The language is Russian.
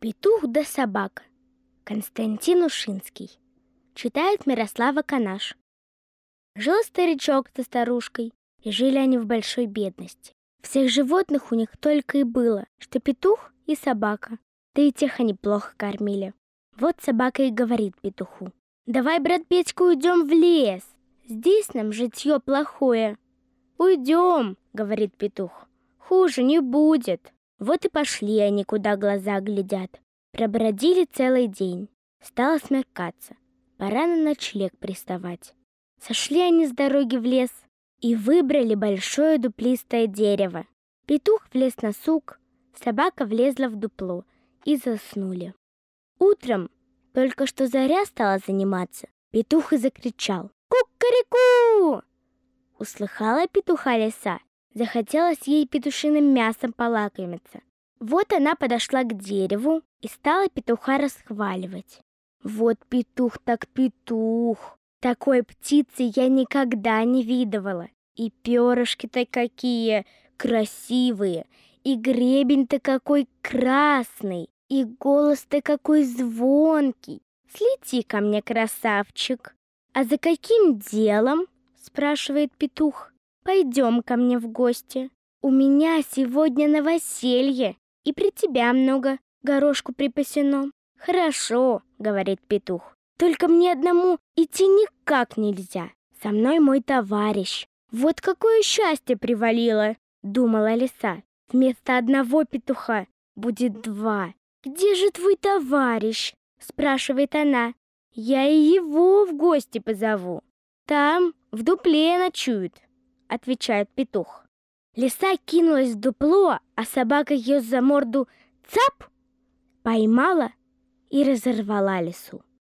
Петух да собака. Константин Ушинский. Читает Мирослава Канаш. Жил старичок со старушкой, и жили они в большой бедности. Всех животных у них только и было, что петух и собака, да и тех они плохо кормили. Вот собака и говорит петуху: «Давай, брат Петька, уйдем в лес, здесь нам житье плохое». «Уйдем», — говорит петух, — «хуже не будет». Вот и пошли они, куда глаза глядят. Пробродили целый день. Стало смеркаться. Пора на ночлег приставать. Сошли они с дороги в лес и выбрали большое дуплистое дерево. Петух влез на сук, собака влезла в дупло и заснули. Утром, только что заря стала заниматься, петух и закричал: «Ку-ка-ре-ку!» Услыхала петуха лиса. Захотелось ей петушиным мясом полакомиться. Вот она подошла к дереву и стала петуха расхваливать. «Вот петух так петух! Такой птицы я никогда не видывала. И перышки-то какие красивые, и гребень-то какой красный, и голос-то какой звонкий. Слети ко мне, красавчик!» «А за каким делом?» — спрашивает петух. «Пойдем ко мне в гости. У меня сегодня новоселье, и при тебя много горошку припасено». «Хорошо», — говорит петух, — «только мне одному идти никак нельзя. Со мной мой товарищ». «Вот какое счастье привалило», — думала лиса. «Вместо одного петуха будет два». «Где же твой товарищ?» — спрашивает она. «Я и его в гости позову». «Там, в дупле ночует», — отвечает петух. Лиса кинулась в дупло, а собака ее за морду цап! Поймала и разорвала лису.